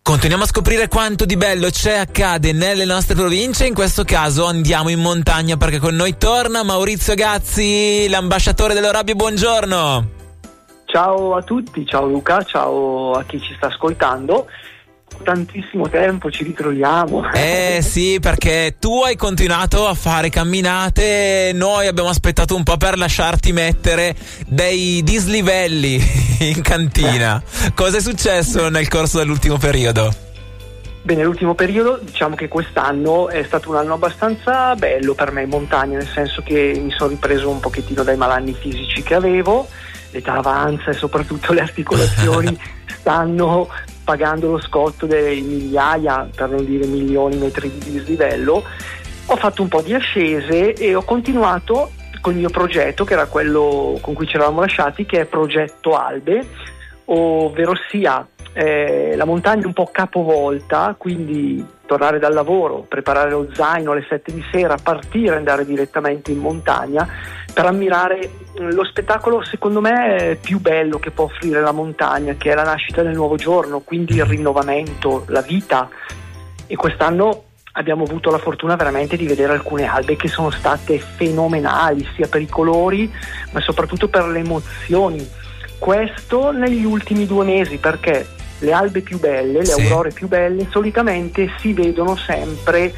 Continuiamo a scoprire quanto di bello accade nelle nostre province. In questo caso andiamo in montagna perché con noi torna Maurizio Gazzi, l'ambasciatore dell'Orobie. Buongiorno. Ciao a tutti, ciao Luca, ciao a chi ci sta ascoltando. Tantissimo tempo, ci ritroviamo. Sì, perché tu hai continuato a fare camminate, noi abbiamo aspettato un po' per lasciarti mettere dei dislivelli in cantina. Cosa è successo nel corso dell'ultimo periodo? Bene, l'ultimo periodo, diciamo che quest'anno è stato un anno abbastanza bello per me in montagna, nel senso che mi sono ripreso un pochettino dai malanni fisici che avevo, l'età avanza e soprattutto le articolazioni stanno pagando lo scotto dei migliaia, per non dire milioni di metri di dislivello. Ho fatto un po' di ascese e ho continuato con il mio progetto, che era quello con cui ci eravamo lasciati, che è Progetto Albe, ovvero sia la montagna un po' capovolta, quindi tornare dal lavoro, preparare lo zaino alle 7 di sera, partire, andare direttamente in montagna per ammirare lo spettacolo secondo me più bello che può offrire la montagna, che è la nascita del nuovo giorno, quindi il rinnovamento, la vita. E quest'anno abbiamo avuto la fortuna veramente di vedere alcune albe che sono state fenomenali, sia per i colori ma soprattutto per le emozioni. Questo negli ultimi 2 mesi, perché le albe più belle, le aurore più belle solitamente si vedono sempre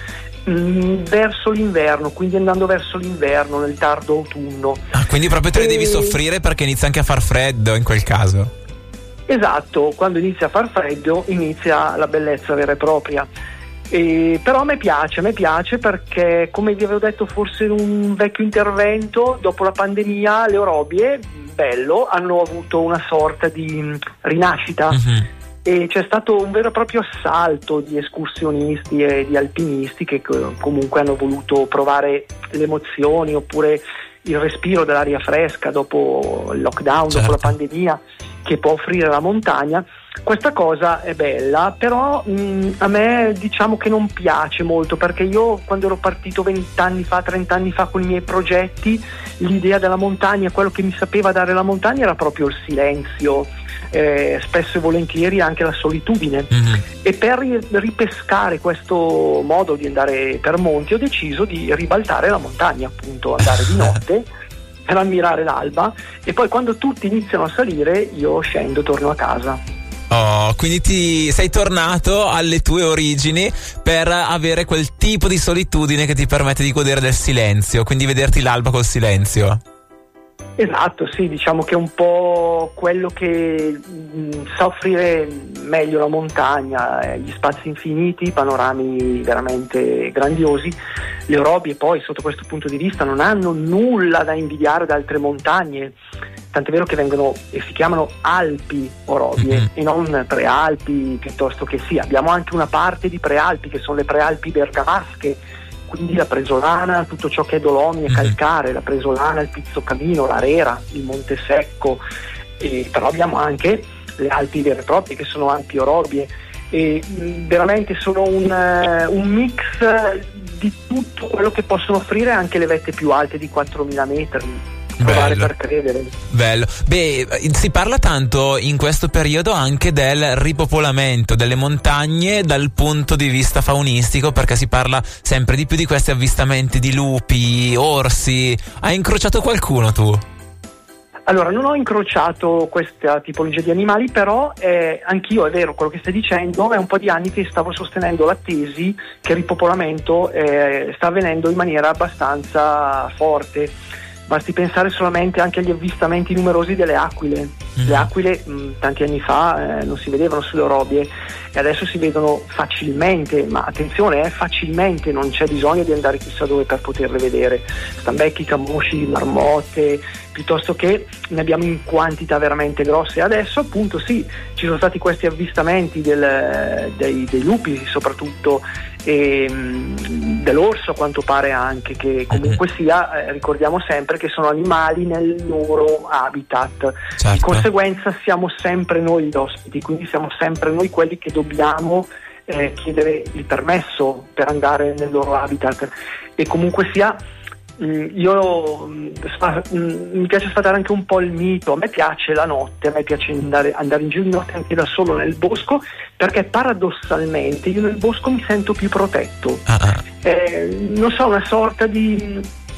verso l'inverno, quindi andando verso l'inverno, nel tardo autunno. Quindi proprio te le devi soffrire perché inizia anche a far freddo in quel caso. Esatto, quando inizia a far freddo inizia la bellezza vera e propria. Però a me piace perché, come vi avevo detto forse in un vecchio intervento, dopo la pandemia le Orobie, bello, hanno avuto una sorta di rinascita. E c'è stato un vero e proprio assalto di escursionisti e di alpinisti che comunque hanno voluto provare le emozioni oppure il respiro dell'aria fresca dopo il lockdown, dopo la pandemia, che può offrire la montagna. Questa cosa è bella, però a me diciamo che non piace molto, perché io quando ero partito 20 anni fa, 30 anni fa con i miei progetti, l'idea della montagna, quello che mi sapeva dare la montagna era proprio il silenzio, spesso e volentieri anche la solitudine. E per ripescare questo modo di andare per monti ho deciso di ribaltare la montagna, appunto andare di notte per ammirare l'alba, e poi quando tutti iniziano a salire io scendo, torno a casa. Quindi ti sei tornato alle tue origini per avere quel tipo di solitudine che ti permette di godere del silenzio, quindi vederti l'alba col silenzio. Esatto, sì, diciamo che è un po' quello che sa offrire meglio la montagna, gli spazi infiniti, i panorami veramente grandiosi. Le Orobie poi sotto questo punto di vista non hanno nulla da invidiare da altre montagne, tant'è vero che vengono e si chiamano Alpi Orobie e non Prealpi, piuttosto che sì, abbiamo anche una parte di Prealpi che sono le Prealpi bergamasche, quindi la Presolana, tutto ciò che è Dolomie, calcare, la Presolana, il Pizzocamino, l'Arera, il Monte Secco, però abbiamo anche le Alpi vere e proprie che sono Alpi Orobie, e veramente sono un mix di tutto quello che possono offrire anche le vette più alte di 4.000 metri. Provare per credere. Bello. Beh, si parla tanto in questo periodo anche del ripopolamento delle montagne dal punto di vista faunistico, perché si parla sempre di più di questi avvistamenti di lupi, orsi. Hai incrociato qualcuno tu? Allora, non ho incrociato questa tipologia di animali, però anch'io, è vero quello che stai dicendo, è un po' di anni che stavo sostenendo la tesi che il ripopolamento sta avvenendo in maniera abbastanza forte. Basti pensare solamente anche agli avvistamenti numerosi delle aquile. Le aquile tanti anni fa non si vedevano sulle Orobie e adesso si vedono facilmente, ma attenzione, facilmente, non c'è bisogno di andare chissà dove per poterle vedere. Stambecchi, camosci, marmotte, piuttosto che ne abbiamo in quantità veramente grosse. Adesso appunto sì, ci sono stati questi avvistamenti dei lupi soprattutto, e dell'orso a quanto pare anche, che comunque sia, ricordiamo sempre che sono animali nel loro habitat. Di conseguenza siamo sempre noi gli ospiti, quindi siamo sempre noi quelli che dobbiamo chiedere il permesso per andare nel loro habitat, e comunque sia mi piace sfatare anche un po' il mito. A me piace la notte, a me piace andare in giro di notte anche da solo nel bosco, perché paradossalmente io nel bosco mi sento più protetto. Non so, una sorta di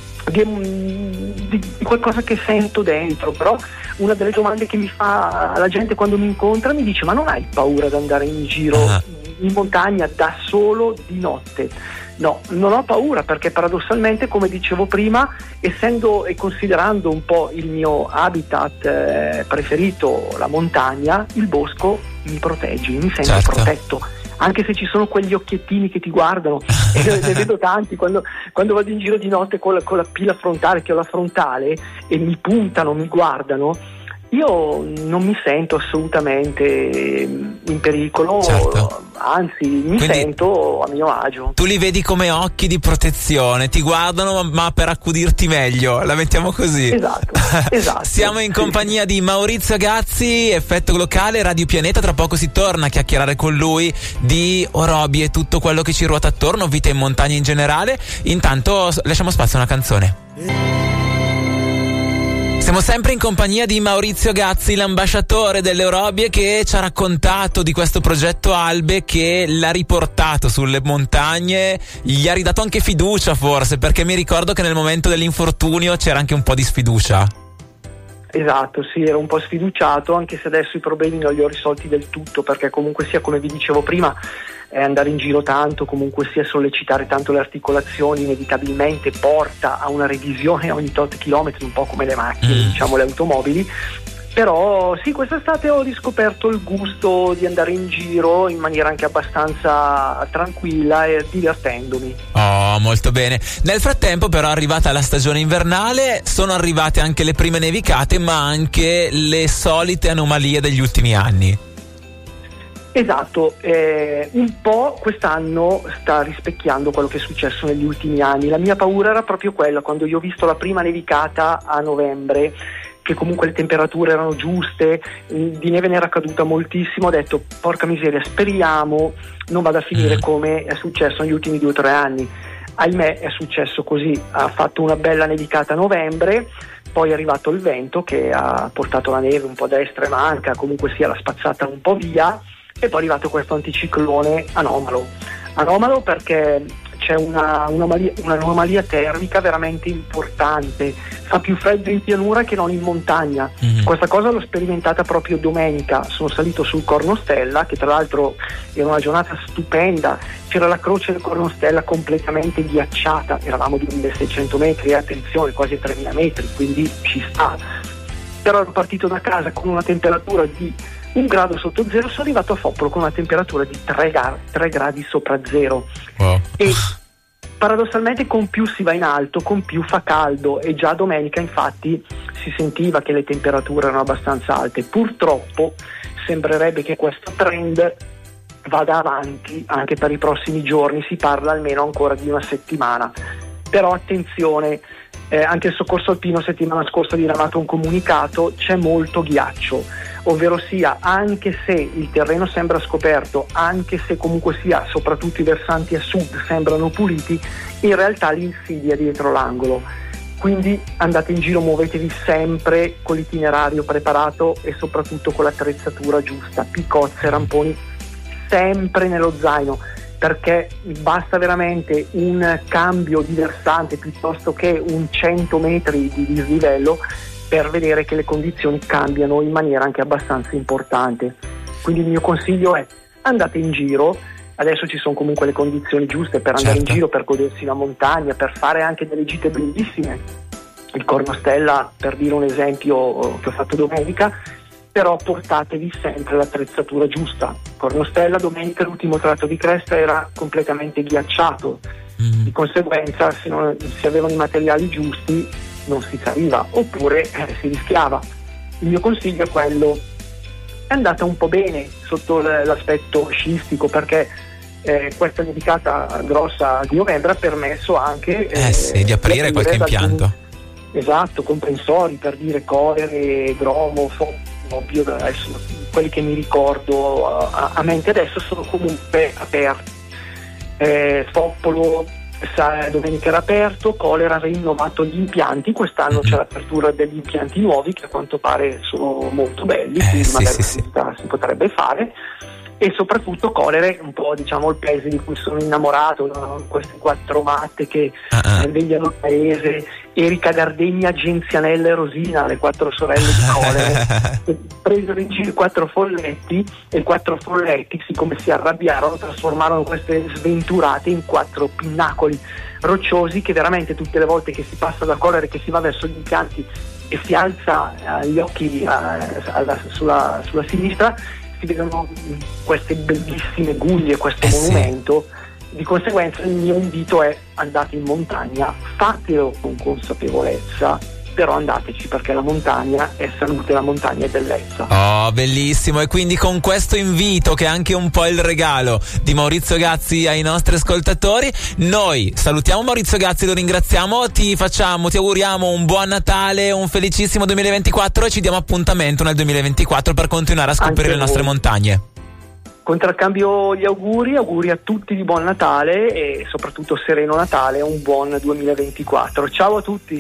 qualcosa che sento dentro. Però una delle domande che mi fa la gente quando mi incontra, mi dice: ma non hai paura di andare in giro in montagna da solo di notte? No, non ho paura, perché paradossalmente, come dicevo prima, essendo e considerando un po' il mio habitat preferito la montagna, il bosco mi protegge, mi sento protetto. Anche se ci sono quegli occhiettini che ti guardano, e ne vedo tanti quando vado in giro di notte con la pila frontale, che ho la frontale, e mi puntano, mi guardano, io non mi sento assolutamente in pericolo, anzi mi sento a mio agio. Tu li vedi come occhi di protezione, ti guardano ma per accudirti meglio, la mettiamo così. Esatto. Siamo in compagnia di Maurizio Gazzi, Effetto Locale, Radio Pianeta. Tra poco si torna a chiacchierare con lui di Orobi e tutto quello che ci ruota attorno, vita in montagna in generale. Intanto lasciamo spazio a una canzone. Siamo sempre in compagnia di Maurizio Gazzi, l'ambasciatore delle Orobie, che ci ha raccontato di questo progetto Albe, che l'ha riportato sulle montagne, gli ha ridato anche fiducia forse, perché mi ricordo che nel momento dell'infortunio c'era anche un po' di sfiducia. Esatto, sì, ero un po' sfiduciato, anche se adesso i problemi non li ho risolti del tutto, perché comunque sia, come vi dicevo prima, andare in giro tanto, comunque sia sollecitare tanto le articolazioni, inevitabilmente porta a una revisione ogni tot chilometri, un po' come le macchine, diciamo le automobili. Però sì, quest'estate ho riscoperto il gusto di andare in giro in maniera anche abbastanza tranquilla e divertendomi. Oh, molto bene. Nel frattempo però è arrivata la stagione invernale, sono arrivate anche le prime nevicate, ma anche le solite anomalie degli ultimi anni. Esatto, un po' quest'anno sta rispecchiando quello che è successo negli ultimi anni. La mia paura era proprio quella, quando io ho visto la prima nevicata a novembre, che comunque le temperature erano giuste, di neve ne era caduta moltissimo, ho detto porca miseria, speriamo non vada a finire come è successo negli ultimi 2 o 3 anni. Ahimè è successo così, ha fatto una bella nevicata a novembre, poi è arrivato il vento che ha portato la neve un po' a destra e manca, comunque sia l'ha spazzata un po' via, e poi è arrivato questo anticiclone anomalo perché c'è un'anomalia termica veramente importante, fa più freddo in pianura che non in montagna. Questa cosa l'ho sperimentata proprio domenica, sono salito sul Cornostella, che tra l'altro era una giornata stupenda, c'era la croce del Cornostella completamente ghiacciata, eravamo 2600 metri, attenzione, quasi 3000 metri, quindi ci sta. Però ero partito da casa con una temperatura di 1 grado sotto zero, sono arrivato a Foppolo con una temperatura di 3 gradi sopra zero. Wow. E paradossalmente con più si va in alto, con più fa caldo, e già domenica infatti si sentiva che le temperature erano abbastanza alte. Purtroppo sembrerebbe che questo trend vada avanti anche per i prossimi giorni, si parla almeno ancora di una settimana. Però attenzione, anche il Soccorso Alpino settimana scorsa ha diramato un comunicato, c'è molto ghiaccio, ovvero sia, anche se il terreno sembra scoperto, anche se comunque sia soprattutto i versanti a sud sembrano puliti, in realtà l'insidia è dietro l'angolo. Quindi andate in giro, muovetevi sempre con l'itinerario preparato e soprattutto con l'attrezzatura giusta, piccozze, ramponi sempre nello zaino, perché basta veramente un cambio di versante piuttosto che un 100 metri di dislivello per vedere che le condizioni cambiano in maniera anche abbastanza importante. Quindi il mio consiglio è: andate in giro, adesso ci sono comunque le condizioni giuste per andare in giro, per godersi la montagna, per fare anche delle gite bellissime. Il Cornostella, per dire un esempio che ho fatto domenica, però portatevi sempre l'attrezzatura giusta. Cornostella domenica l'ultimo tratto di cresta era completamente ghiacciato, di conseguenza se non si avevano i materiali giusti non si saliva, oppure si rischiava. Il mio consiglio è quello: è andata un po' bene sotto l'aspetto sciistico, perché questa nevicata grossa di novembre ha permesso anche di aprire qualche impianto. Esatto, comprensori, per dire Corere, Gromo, ovvio, adesso quelli che mi ricordo a mente adesso sono comunque aperti. Foppolo domenica era aperto, Colera ha rinnovato gli impianti, quest'anno c'è l'apertura degli impianti nuovi che a quanto pare sono molto belli, quindi magari si potrebbe fare. E soprattutto Colere, un po' diciamo il paese di cui sono innamorato, no? Queste quattro matte che vegliano il paese, Erika Gardegna, Genzianella e Rosina, le quattro sorelle di Colere, presero in giro i quattro folletti, e i quattro folletti, siccome si arrabbiarono, trasformarono queste sventurate in quattro pinnacoli rocciosi che veramente tutte le volte che si passa da Colere, che si va verso gli impianti e si alza gli occhi sulla sinistra, si vedono queste bellissime guglie, questo monumento. Di conseguenza il mio invito è: andate in montagna, fatelo con consapevolezza, però andateci, perché la montagna è salute, la montagna è bellezza. Oh, bellissimo. E quindi con questo invito, che è anche un po' il regalo di Maurizio Gazzi ai nostri ascoltatori, noi salutiamo Maurizio Gazzi, lo ringraziamo, ti auguriamo un buon Natale, un felicissimo 2024 e ci diamo appuntamento nel 2024 per continuare a scoprire le nostre montagne. Contraccambio gli auguri a tutti di buon Natale e soprattutto sereno Natale e un buon 2024. Ciao a tutti.